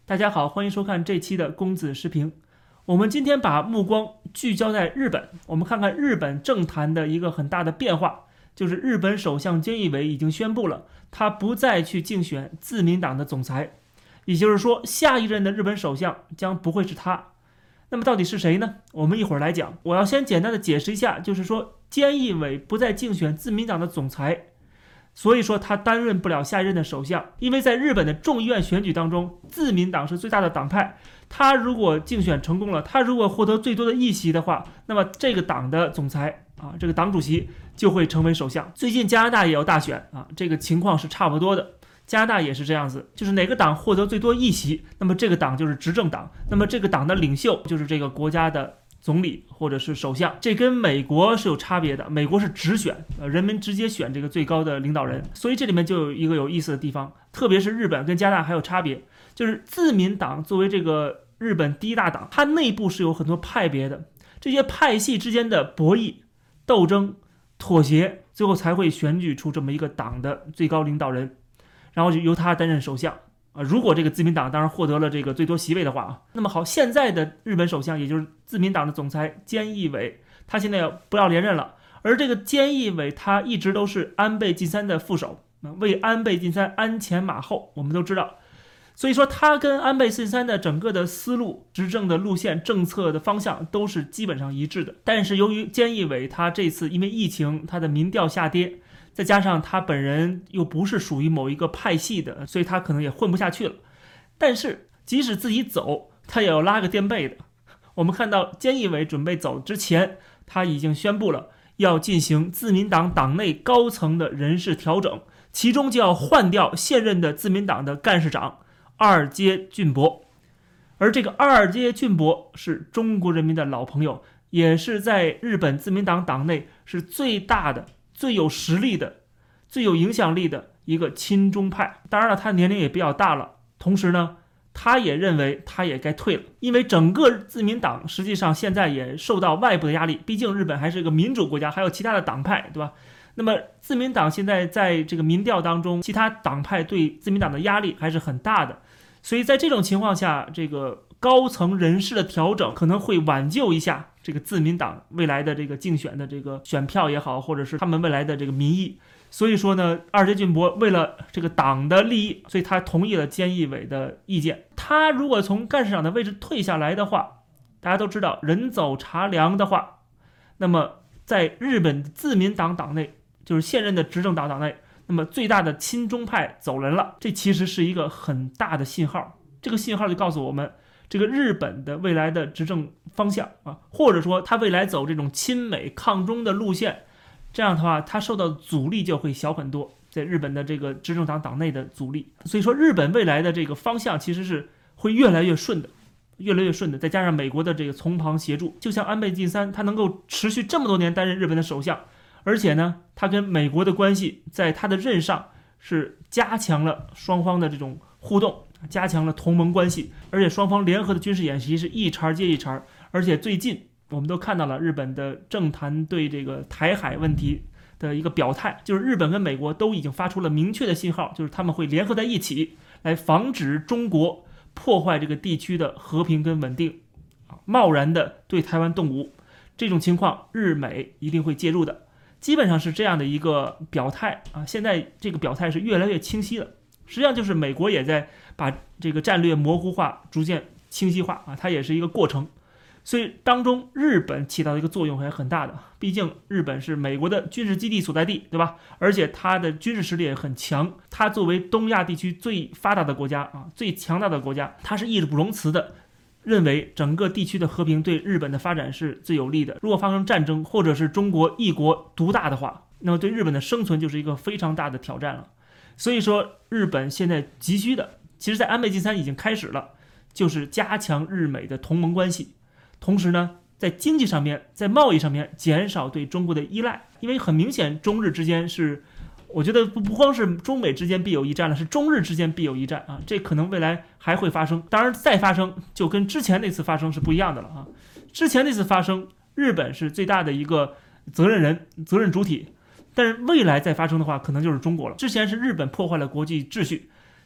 大家好，欢迎收看这期的公子视频。我们今天把目光聚焦在日本，我们看看日本政坛的一个很大的变化，就是日本首相菅义伟已经宣布了，他不再去竞选自民党的总裁，也就是说，下一任的日本首相将不会是他。那么到底是谁呢？我们一会儿来讲。我要先简单的解释一下，就是说菅义伟不再竞选自民党的总裁，所以说他担任不了下一任的首相，因为在日本的众议院选举当中，自民党是最大的党派，他如果竞选成功了，他如果获得最多的议席的话，那么这个党的总裁这个党主席就会成为首相。最近加拿大也有大选这个情况是差不多的。加拿大也是这样子，就是哪个党获得最多议席，那么这个党就是执政党，那么这个党的领袖就是这个国家的总理或者是首相。这跟美国是有差别的，美国是直选，人民直接选这个最高的领导人。所以这里面就有一个有意思的地方，特别是日本跟加拿大还有差别，就是自民党作为这个日本第一大党，它内部是有很多派别的，这些派系之间的博弈、斗争、妥协，最后才会选举出这么一个党的最高领导人，然后就由他担任首相。如果这个自民党当然获得了这个最多席位的话那么好，现在的日本首相也就是自民党的总裁菅义伟，他现在不要连任了，而这个菅义伟他一直都是安倍晋三的副手，为安倍晋三鞍前马后，我们都知道。所以说他跟安倍晋三的整个的思路、执政的路线、政策的方向都是基本上一致的。但是由于菅义伟他这次因为疫情，他的民调下跌，再加上他本人又不是属于某一个派系的，所以他可能也混不下去了。但是即使自己走，他也要拉个垫背的。我们看到菅义伟准备走之前，他已经宣布了要进行自民党党内高层的人事调整，其中就要换掉现任的自民党的干事长二阶俊博。而这个二阶俊博是中国人民的老朋友，也是在日本自民党党内是最大的、最有实力的、最有影响力的一个亲中派。当然了，他年龄也比较大了，同时呢，他也认为他也该退了，因为整个自民党实际上现在也受到外部的压力，毕竟日本还是一个民主国家，还有其他的党派，对吧？那么自民党现在在这个民调当中，其他党派对自民党的压力还是很大的，所以在这种情况下，这个高层人事的调整可能会挽救一下这个自民党未来的这个竞选的这个选票也好，或者是他们未来的这个民意。所以说呢，二阶俊博为了这个党的利益，所以他同意了菅义伟的意见。他如果从干事长的位置退下来的话，大家都知道人走茶凉的话，那么在日本自民党党内，就是现任的执政党党内，那么最大的亲中派走人了，这其实是一个很大的信号。这个信号就告诉我们，这个日本的未来的执政方向或者说他未来走这种亲美抗中的路线，这样的话他受到的阻力就会小很多，在日本的这个执政党党内的阻力。所以说日本未来的这个方向其实是会越来越顺的，越来越顺的。再加上美国的这个从旁协助，就像安倍晋三他能够持续这么多年担任日本的首相，而且呢他跟美国的关系在他的任上是加强了双方的这种互动，加强了同盟关系，而且双方联合的军事演习是一茬接一茬。而且最近我们都看到了日本的政坛对这个台海问题的一个表态，就是日本跟美国都已经发出了明确的信号，就是他们会联合在一起来防止中国破坏这个地区的和平跟稳定，贸然的对台湾动武。这种情况日美一定会介入的，基本上是这样的一个表态现在这个表态是越来越清晰了，实际上就是美国也在把这个战略模糊化逐渐清晰化它也是一个过程。所以当中日本起到的一个作用还是很大的，毕竟日本是美国的军事基地所在地，对吧？而且它的军事实力也很强，它作为东亚地区最发达的国家最强大的国家，它是义不容辞的认为整个地区的和平对日本的发展是最有利的。如果发生战争或者是中国一国独大的话，那么对日本的生存就是一个非常大的挑战了。所以说日本现在急需的，其实在安倍晋三已经开始了，就是加强日美的同盟关系，同时呢在经济上面，在贸易上面减少对中国的依赖。因为很明显中日之间是，我觉得不光是中美之间必有一战了，是中日之间必有一战这可能未来还会发生。当然再发生就跟之前那次发生是不一样的了之前那次发生日本是最大的一个责任人、责任主体，但是未来再发生的话可能就是中国了。之前是日本破坏了国际秩序，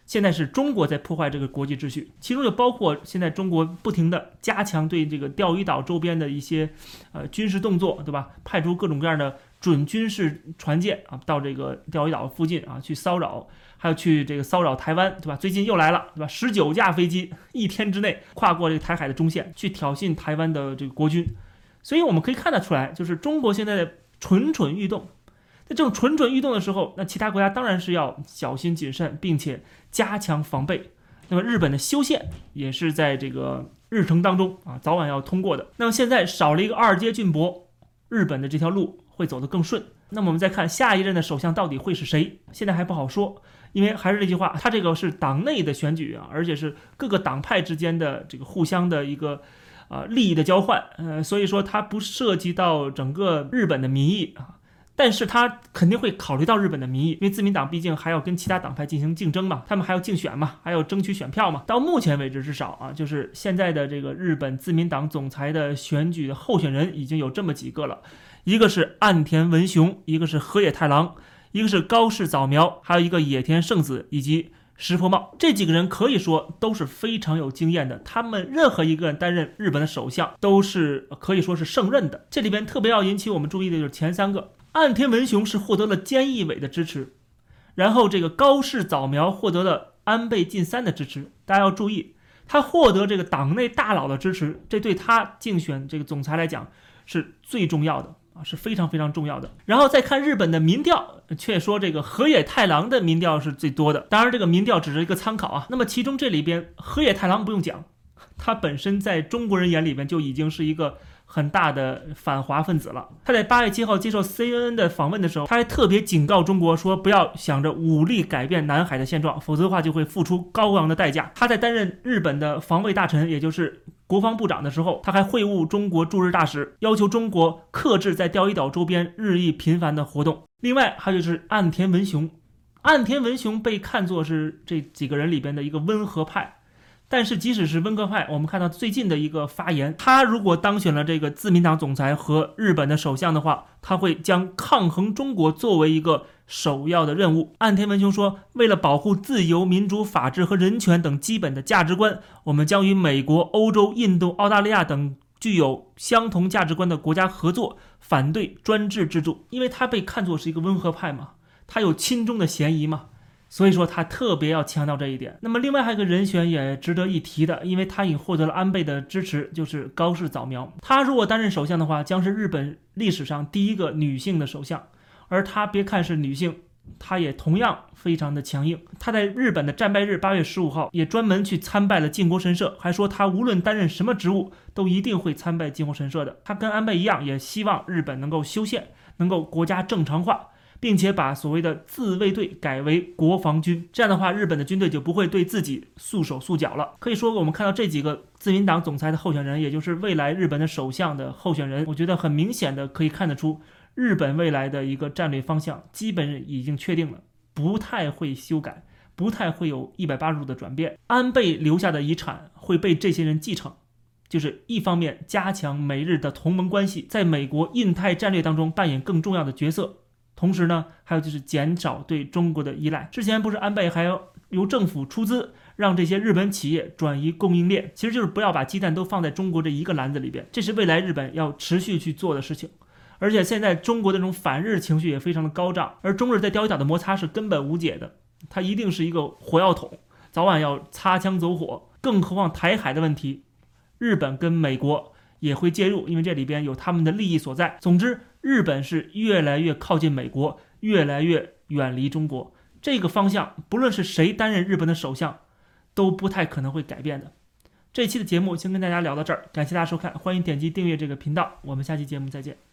现在是中国在破坏这个国际秩序，其中就包括现在中国不停的加强对这个钓鱼岛周边的一些军事动作，对吧？派出各种各样的准军事船舰啊，到这个钓鱼岛附近啊去骚扰，还有去这个骚扰台湾，对吧？最近又来了，对吧？19架飞机一天之内跨过这个台海的中线，去挑衅台湾的这个国军。所以我们可以看得出来，就是中国现在的蠢蠢欲动。在这种蠢蠢欲动的时候，那其他国家当然是要小心谨慎，并且加强防备。那么日本的修宪也是在这个日程当中啊，早晚要通过的。那么现在少了一个二阶俊博，日本的这条路会走得更顺。那么我们再看下一任的首相到底会是谁，现在还不好说，因为还是这句话，他这个是党内的选举啊，而且是各个党派之间的这个互相的一个利益的交换，所以说它不涉及到整个日本的民意啊。但是他肯定会考虑到日本的民意，因为自民党毕竟还要跟其他党派进行竞争嘛，他们还要竞选嘛，还要争取选票嘛。到目前为止，至少啊，就是现在的这个日本自民党总裁的选举的候选人已经有这么几个了，一个是岸田文雄，一个是河野太郎，一个是高市早苗，还有一个野田圣子以及石破茂。这几个人可以说都是非常有经验的，他们任何一个人担任日本的首相都是可以说是胜任的。这里边特别要引起我们注意的就是前三个。岸田文雄是获得了菅义伟的支持，然后这个高市早苗获得了安倍晋三的支持。大家要注意，他获得这个党内大佬的支持，这对他竞选这个总裁来讲是最重要的啊，是非常非常重要的。然后再看日本的民调，却说这个河野太郎的民调是最多的，当然这个民调只是一个参考啊。那么其中这里边河野太郎不用讲，他本身在中国人眼里边就已经是一个很大的反华分子了。他在8月7号接受 CNN 的访问的时候，他还特别警告中国说，不要想着武力改变南海的现状，否则的话就会付出高昂的代价。他在担任日本的防卫大臣，也就是国防部长的时候，他还会晤中国驻日大使，要求中国克制在钓鱼岛周边日益频繁的活动。另外还有就是岸田文雄，岸田文雄被看作是这几个人里边的一个温和派，但是即使是温和派，我们看到最近的一个发言，他如果当选了这个自民党总裁和日本的首相的话，他会将抗衡中国作为一个首要的任务。岸田文雄说，为了保护自由、民主、法治和人权等基本的价值观，我们将与美国、欧洲、印度、澳大利亚等具有相同价值观的国家合作，反对专制制度。因为他被看作是一个温和派嘛，他有亲中的嫌疑嘛，所以说他特别要强调这一点。那么另外还有一个人选也值得一提的，因为他已经获得了安倍的支持，就是高市早苗。他如果担任首相的话，将是日本历史上第一个女性的首相。而他别看是女性，他也同样非常的强硬。他在日本的战败日8月15号也专门去参拜了靖国神社，还说他无论担任什么职务都一定会参拜靖国神社的。他跟安倍一样，也希望日本能够修宪，能够国家正常化，并且把所谓的自卫队改为国防军，这样的话日本的军队就不会对自己束手束脚了。可以说我们看到这几个自民党总裁的候选人，也就是未来日本的首相的候选人，我觉得很明显的可以看得出日本未来的一个战略方向基本已经确定了，不太会修改，不太会有180度的转变。安倍留下的遗产会被这些人继承，就是一方面加强美日的同盟关系，在美国印太战略当中扮演更重要的角色，同时呢还有就是减少对中国的依赖。之前不是安倍还要由政府出资让这些日本企业转移供应链，其实就是不要把鸡蛋都放在中国这一个篮子里边，这是未来日本要持续去做的事情。而且现在中国的这种反日情绪也非常的高涨，而中日在钓鱼岛的摩擦是根本无解的，它一定是一个火药桶，早晚要擦枪走火。更何况台海的问题，日本跟美国也会介入，因为这里边有他们的利益所在。总之，日本是越来越靠近美国，越来越远离中国，这个方向不论是谁担任日本的首相都不太可能会改变的。这期的节目先跟大家聊到这儿，感谢大家收看，欢迎点击订阅这个频道，我们下期节目再见。